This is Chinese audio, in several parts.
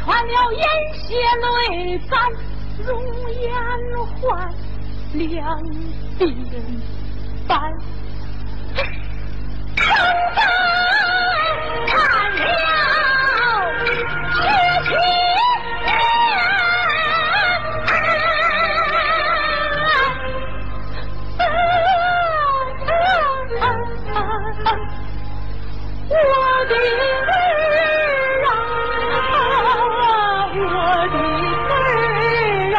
穿了眼血泪斑，容颜换两鬓斑。长大看了十七我的儿啊，我的儿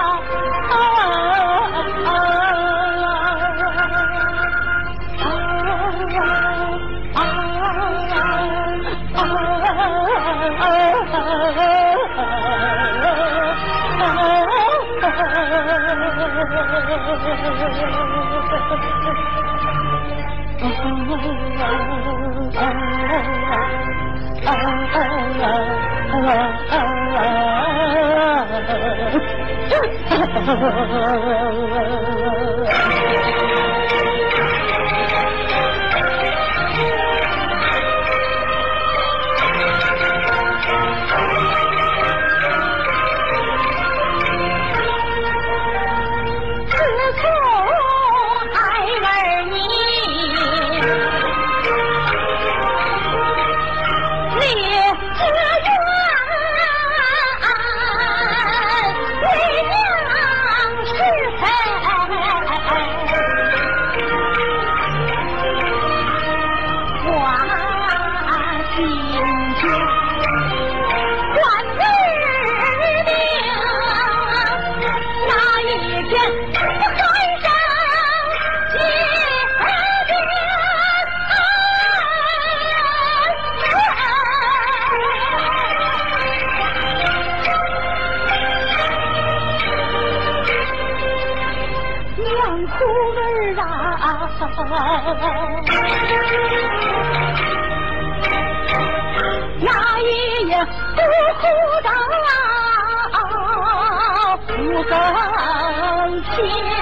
那一夜不哭到五更天，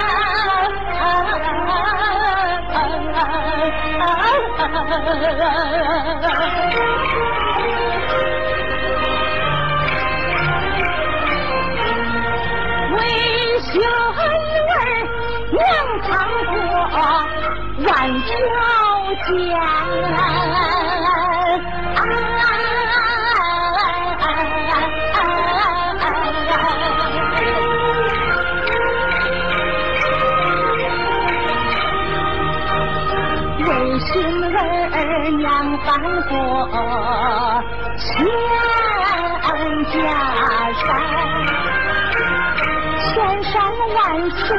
为兄儿娘尝过万条艰。为孙儿娘翻过千家山，千山万水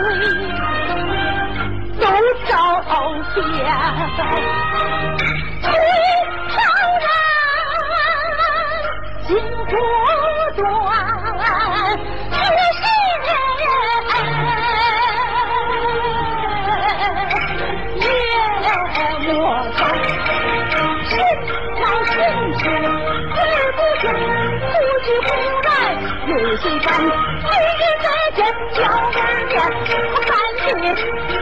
都遭遍，腿挑人筋不断，我看心来心去儿不见，不知不来泪水干，每日再见叫儿面，半夜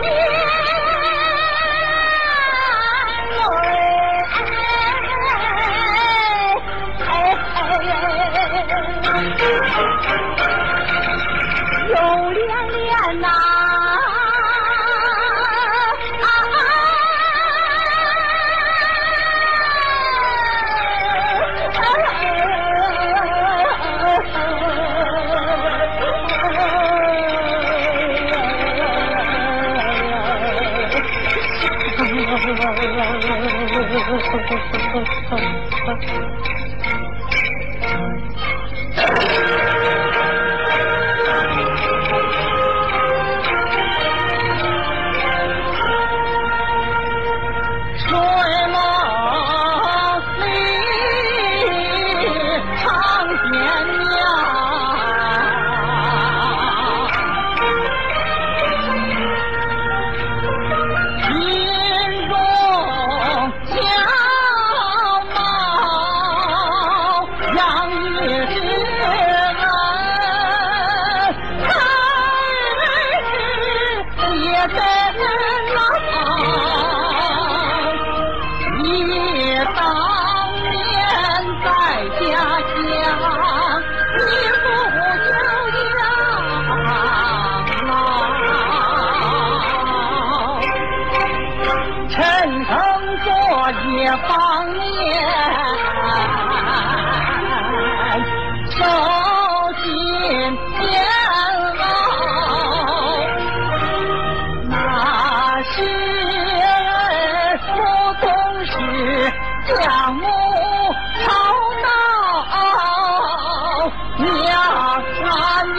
又连连呐。心中骄傲陈诚昨夜方眠，手心煎熬，那时我总是将母吵闹，娘啊娘。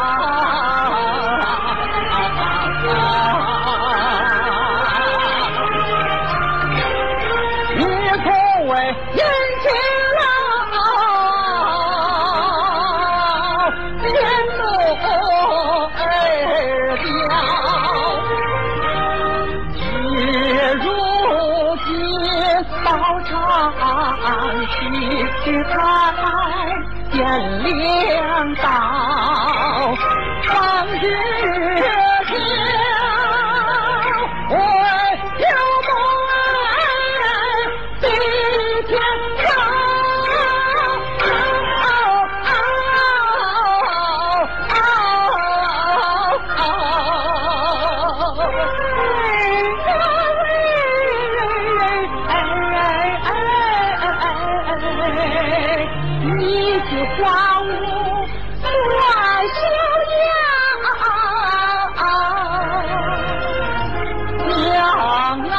去看天亮到望日天，我有梦比天高。一句话无乱逍遥，娘啊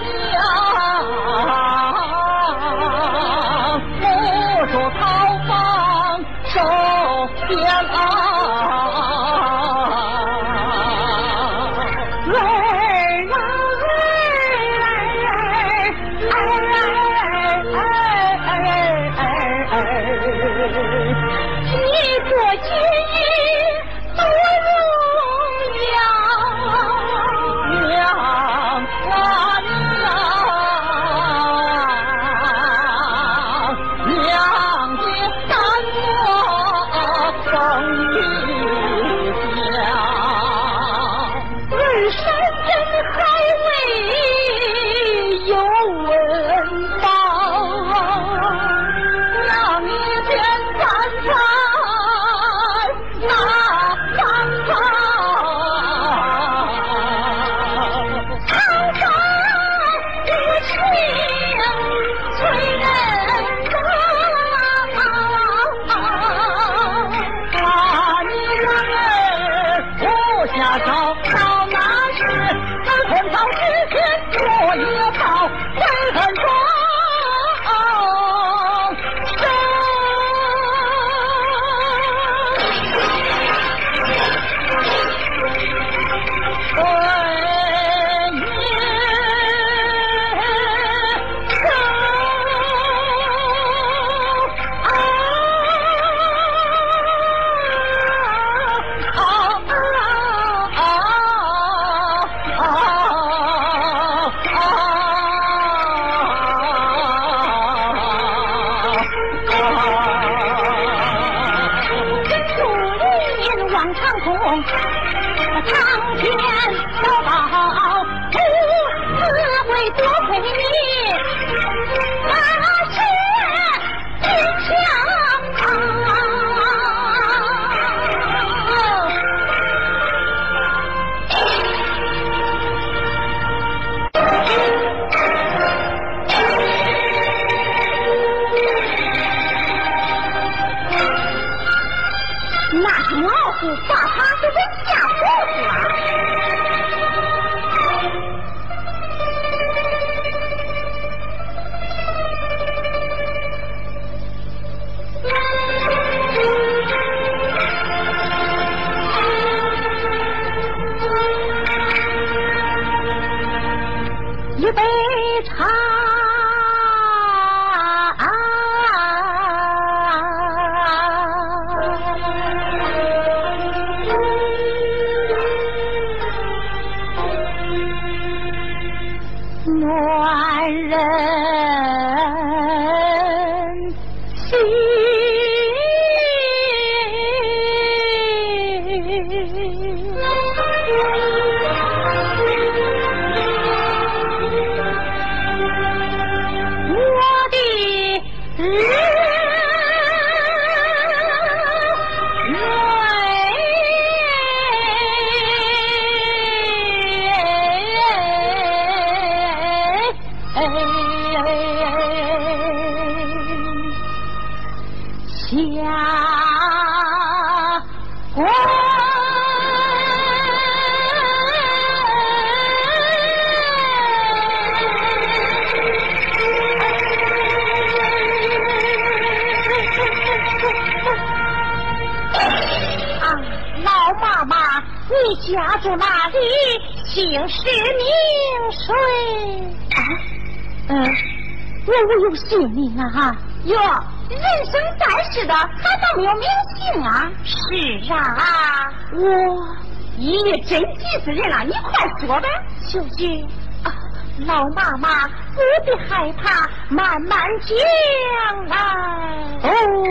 娘，母住草房受煎熬，泪啊你做军医多荣耀，娘啊娘，娘的担我风雨飘，问山珍海味有温饱。到那时，咱碰到之前我也报会很壮生。为你长空，苍天宝宝，无私为多亏你，那是坚强啊！那是老虎把他都给吓唬死了。一杯茶。暖人心，我的人。 你家住哪里？姓氏名谁？我无有姓名啊！哟，人生在世的还倒没有名姓啊！是啊，咦，真急死人了！你快说呗，秀菊。老妈妈不必害怕，慢慢讲来。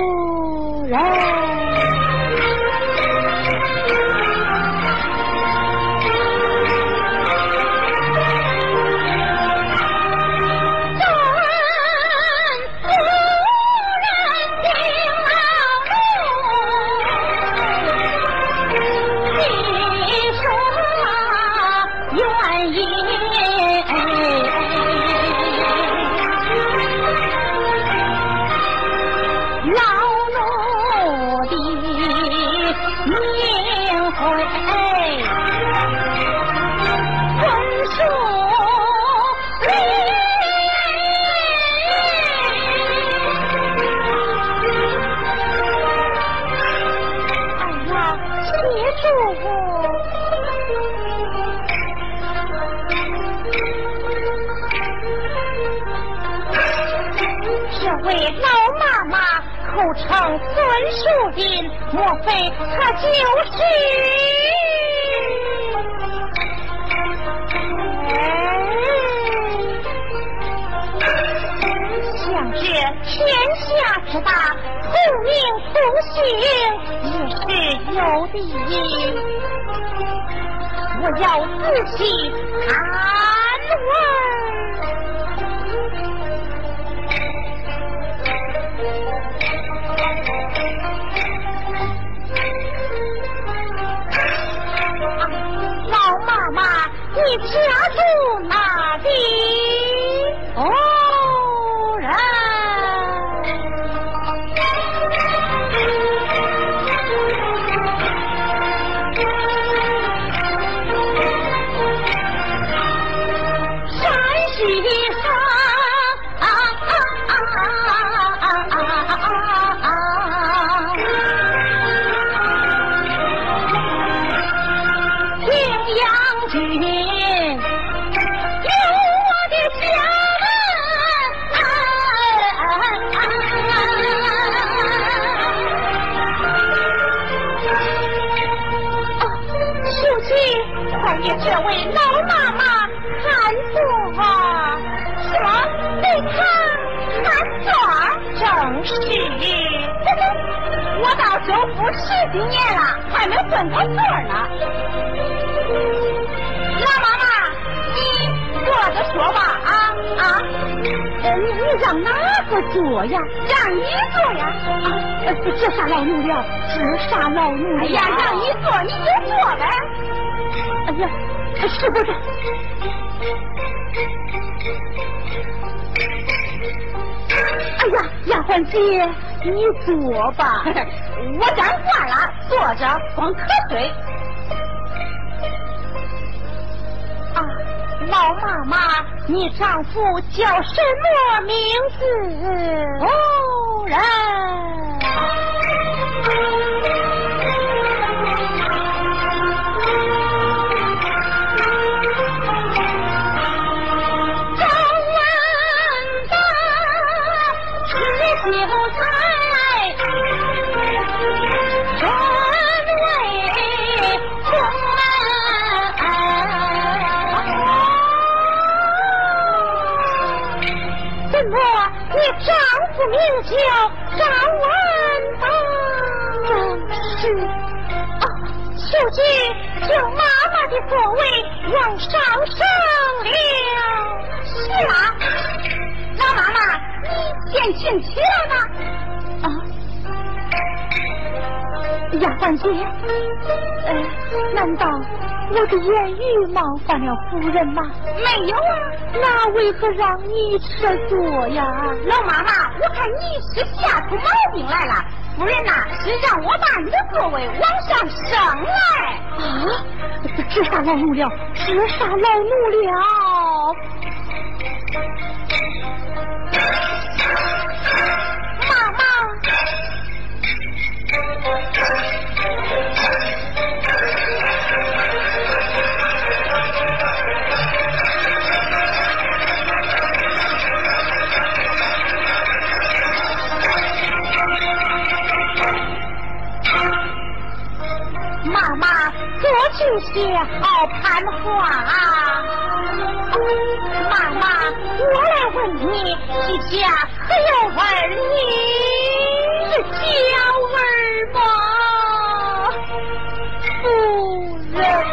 称孙树林，莫非他就是想这天下之大，同名同姓也是有的，我要仔细盘问。你家住哪里？山西上平阳郡。这位老妈妈看座啊，说给他看座，正是。我到州府10几年了，还没混过座呢。老妈妈，你坐着说吧你让哪个坐呀？让你坐呀！这啥老奴了？这啥老奴了？哎呀，让你坐你就坐呗。哎呀，是不是？哎呀，丫鬟姐，你坐吧。我站惯了，坐着光瞌睡。老妈妈，你丈夫叫什么名字？你丈夫名叫张文达，正是。求君就妈妈的座位往上升了。是啊，老妈妈，你先请起来吧。丫鬟姐，难道我的言语冒犯了夫人吗？没有啊，那为何让你这坐呀？老妈妈，我看你是吓出毛病来了。夫人呐，是让我把你的座位往上升来。这啥老奴了？这啥老奴了？妈妈。 学好攀花啊！妈妈，我来问你，你家可有儿女？是娇儿吗？夫人。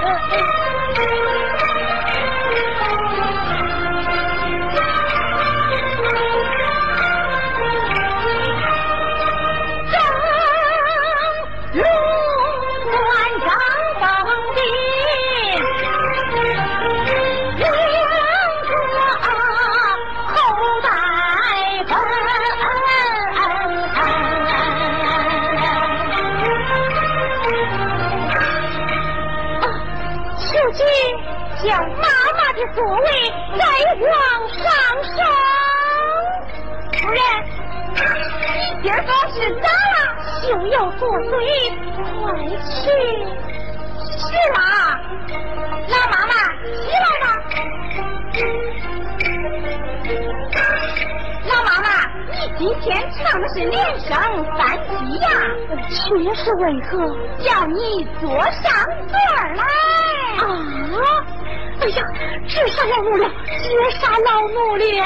将妈妈的座位再往上升。夫人，你今儿个是咋了？休要作祟，快去。是啦，老妈妈起来吧。老妈妈，你今天唱的是连声3级呀，却是为何？叫你坐上座来。啊！哎呀，这杀老奴了，绝杀老奴了！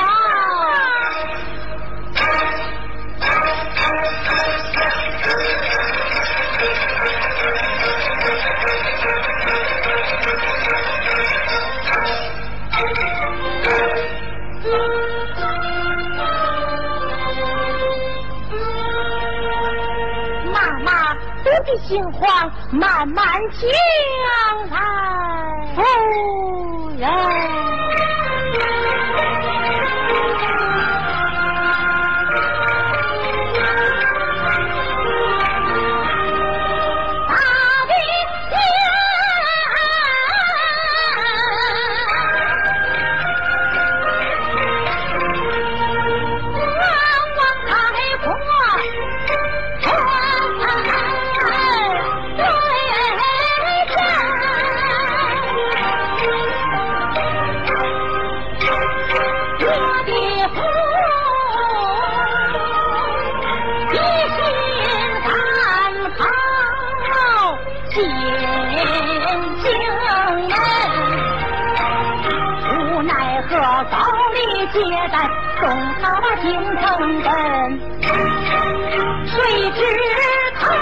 妈妈，不必心慌，慢慢讲来。夫人，大的高丽接待送他进城根，谁知他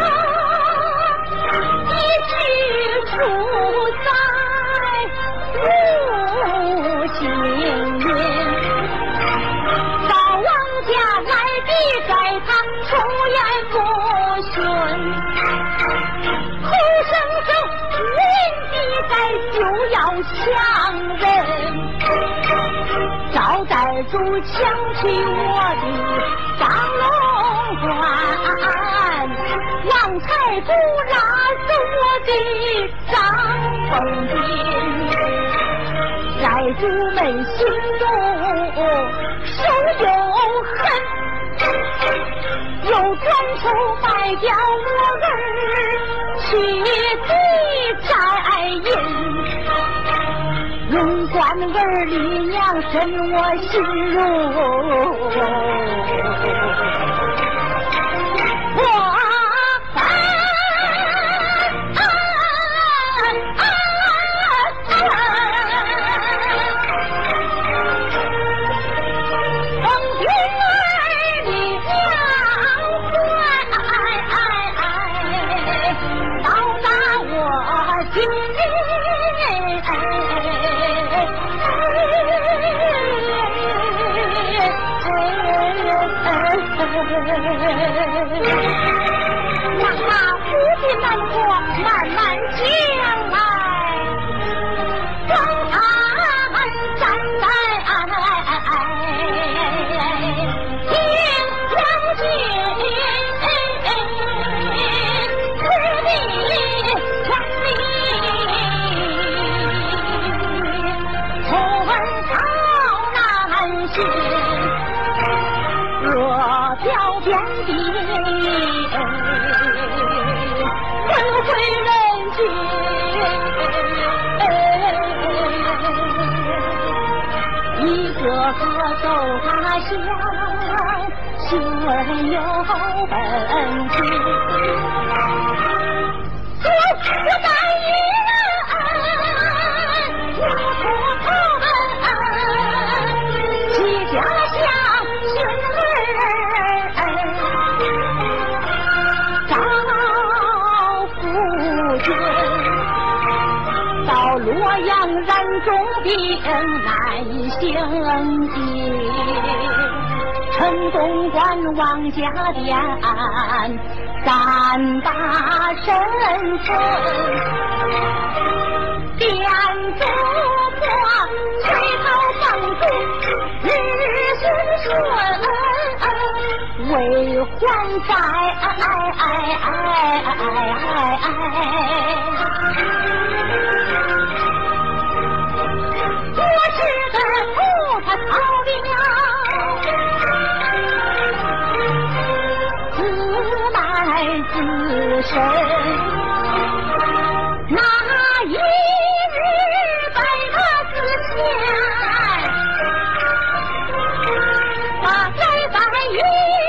一直住在无尽云，到王家来逼在他出言不逊，口声声人逼在就要抢人，招待主抢去我的张龙冠，王财主拉走我的张凤金，债主们心中手有恨，又转手卖掉我儿去抵债银，龙官儿李娘深我心中，我奉君儿李娘到达我心妈妈不必难过，慢慢讲来。光他站在听将军，此地千里，春草难寻。若表遍地，轮回人间，一个个走他乡，心儿有本情。我但愿兵难行进，城东关王家店，三把身份，店主婆垂头放逐，日顺顺，为还债。我知得父他逃的了，自卖自身。那一日被他自陷，把在白云。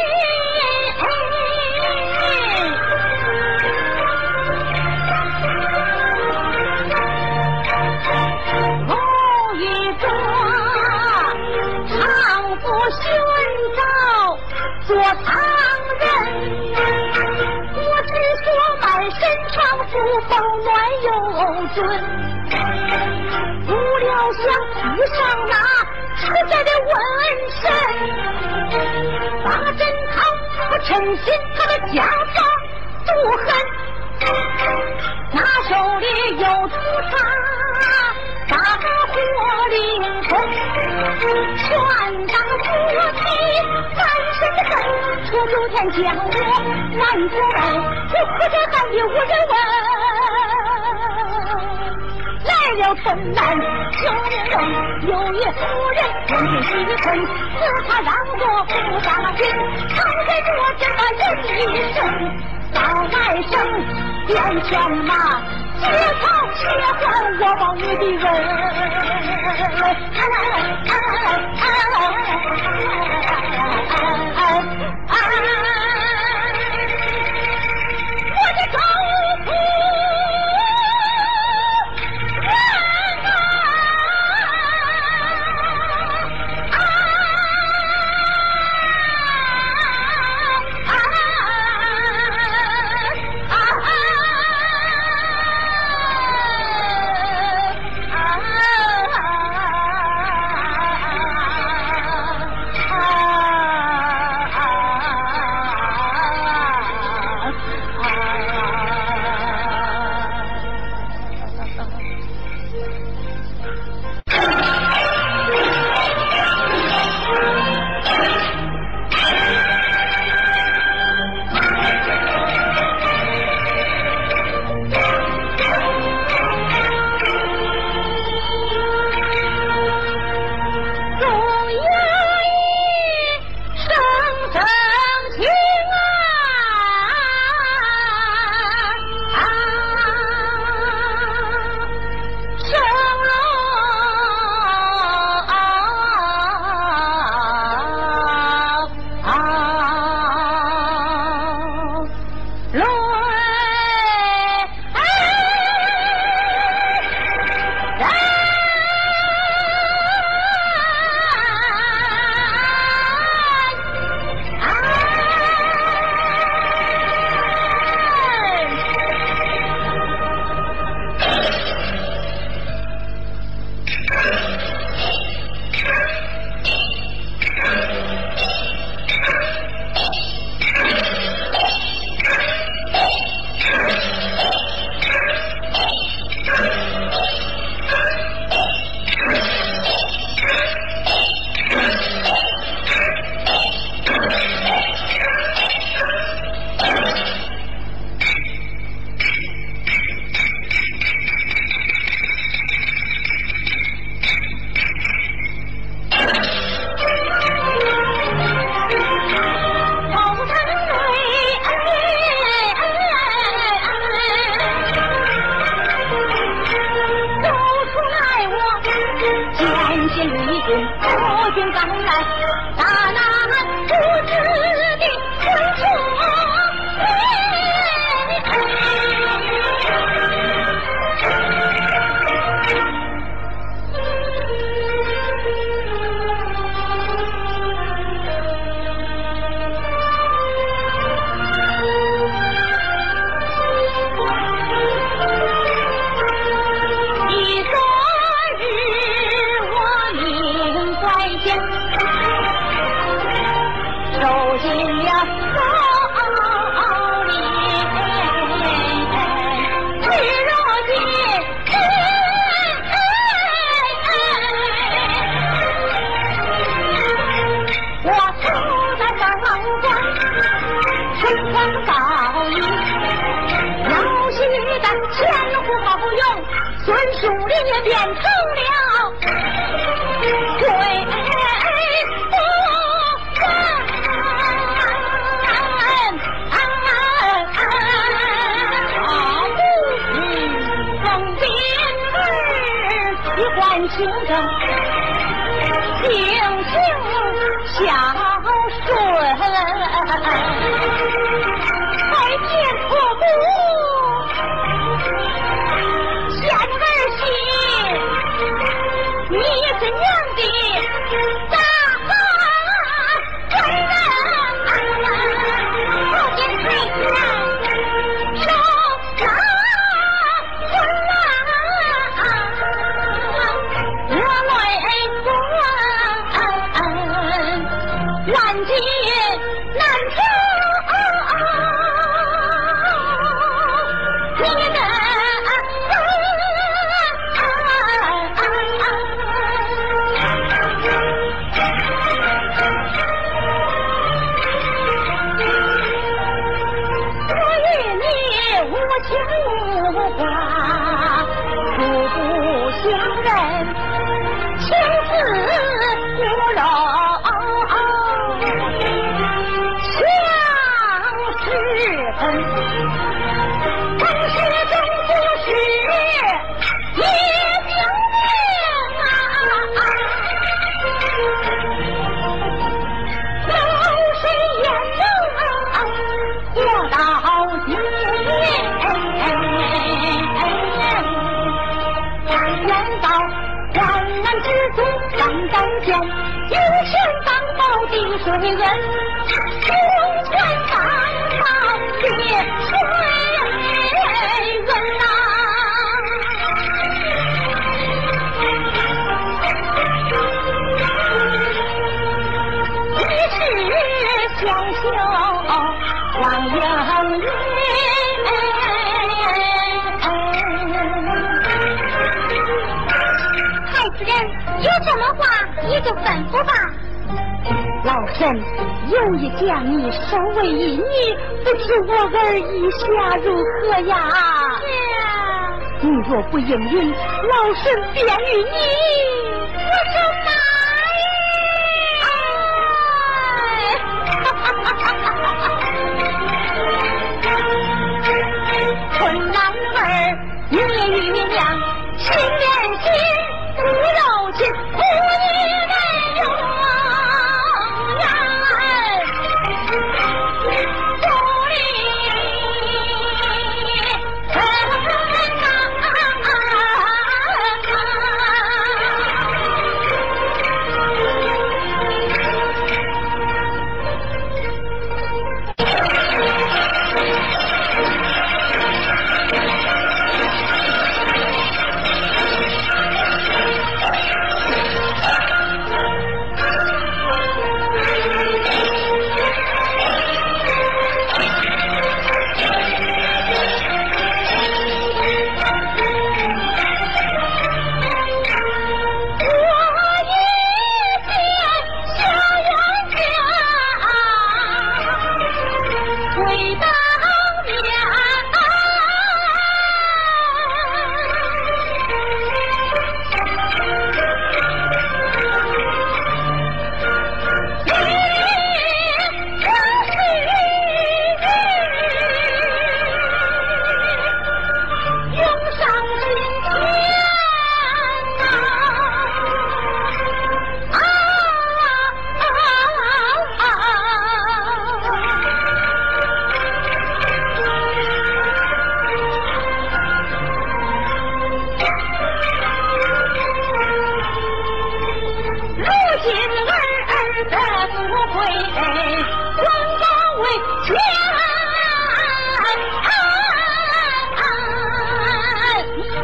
做唐人，我只说满身长服，保暖又准，不料想遇上那实在的瘟神，八珍汤不称心，他的家法毒狠，那手里有土茶，大火灵通，拳打脚踢，翻身的狠，出九天将我难不问，我可这汉地无人问。来了春南救命人，有一夫人人间喜春，自他让我不打紧，藏在我这个人一生，到外甥变犬马，解草切换我保你的人。我的丈夫一个日受尽了道理，至如今我处在这王关，身穿高衣，要许的前呼后拥，孙树林也变成了贵妇人。封边儿一贯行政，性情孝顺，还见婆母贤儿媳，你是娘的大恩人，不见太娘手拿婚我泪光，万劫难逃你的我与你无情无挂，互不相认，情似骨肉，相识恨，真是终不是一命有谁也能活到底？难道万难之中万当间，有权当报地水人，有权当报地水人一世相修望应允，太子人有什么话你就吩咐吧。老臣有意将你收为义女，不知我儿意下如何呀？你若不应允，老臣便与你我说妈春兰儿，你与娘心连心，骨肉亲，不与人永远不离。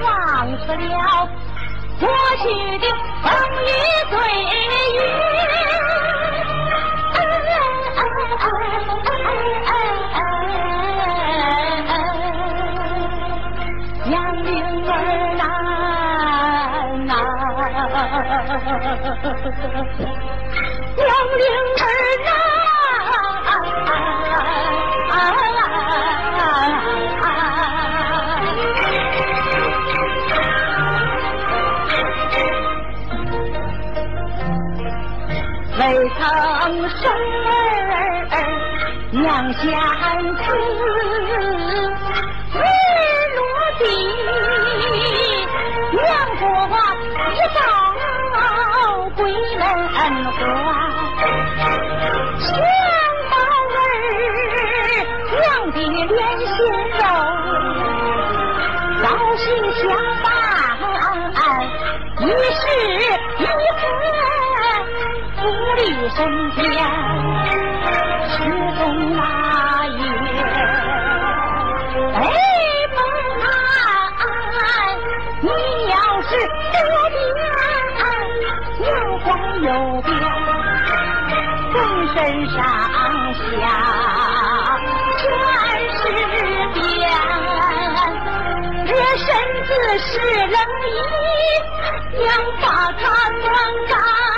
过去的风雨岁月。 娘灵儿未曾生儿娘相思，日落地，娘过一道归门关，想宝儿娘的脸心肉，朝夕相伴，一时一刻福利身边，始终那夜北风寒，你要是多变，右光右边，浑身上下全是变，这身子是冷衣，娘把它暖干。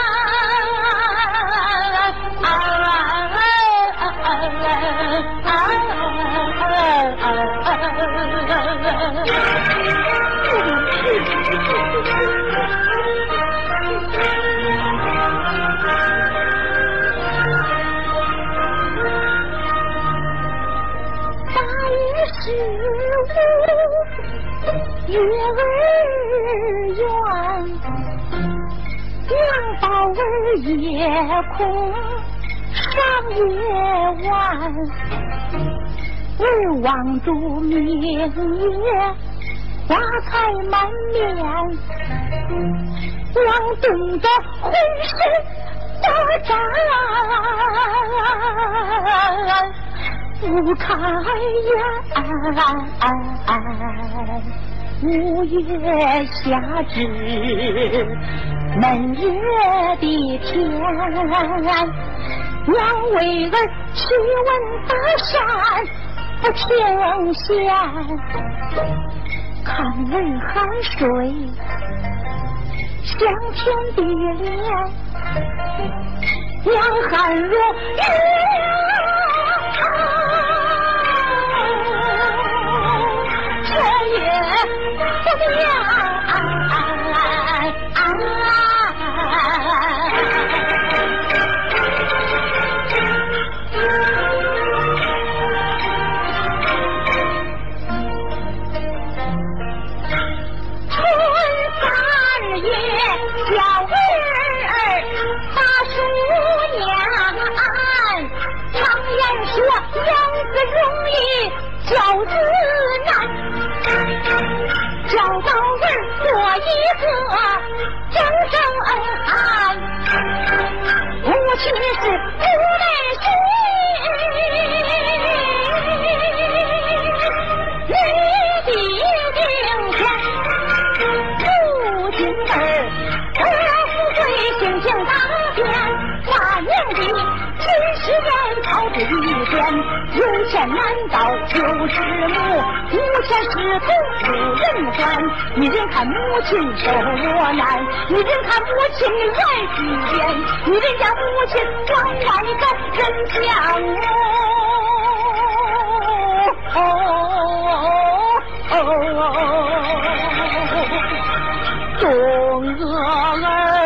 大雨时无月儿圆，娘宝儿夜空上月弯，儿望住明月花开满面，娘冻得浑身发展，不开眼，五月下至闷热的天，娘为儿去问大山不停歇，看儿汗水香甜的脸，娘汗如雨，这也不凉。教子难，教导儿做一个正正安，母亲是无奈心，你的明天，父亲儿富贵心情大变，大娘的真是人靠这一边，有钱难倒就是母，无钱是头无人还，你人看母亲受磨难，你人看母亲来举鞭，你人家母亲往外走人相中娥儿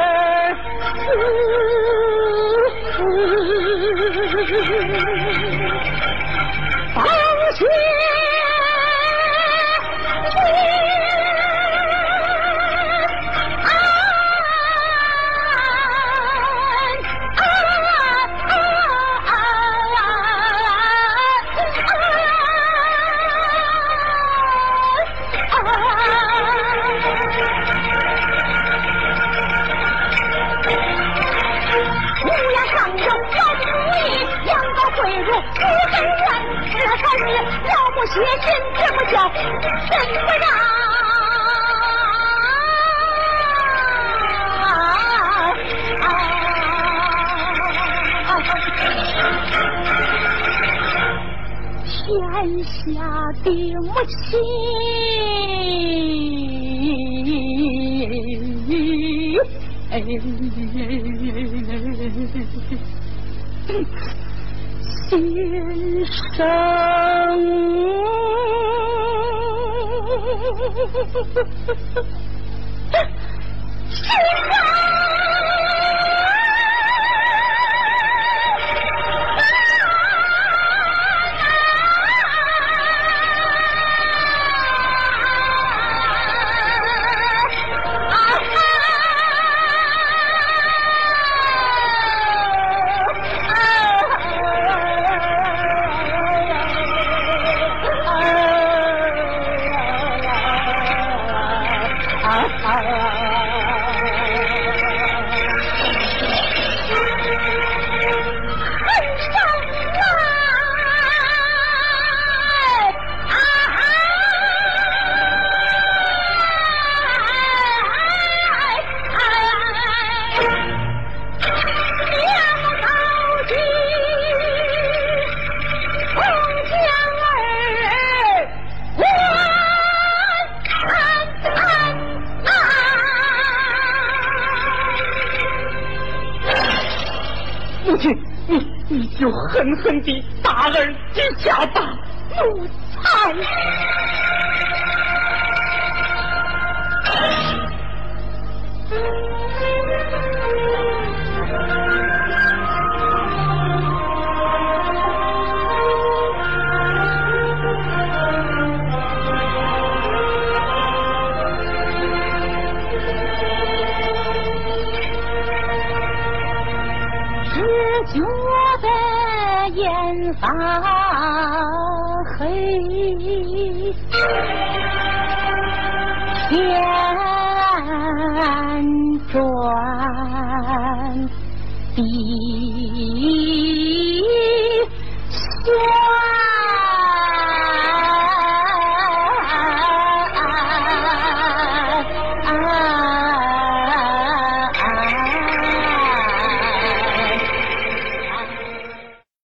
放心写信这么叫怎么让天下的母亲先生，你就狠狠地打儿几下吧，奴才。只觉得眼发黑，天转地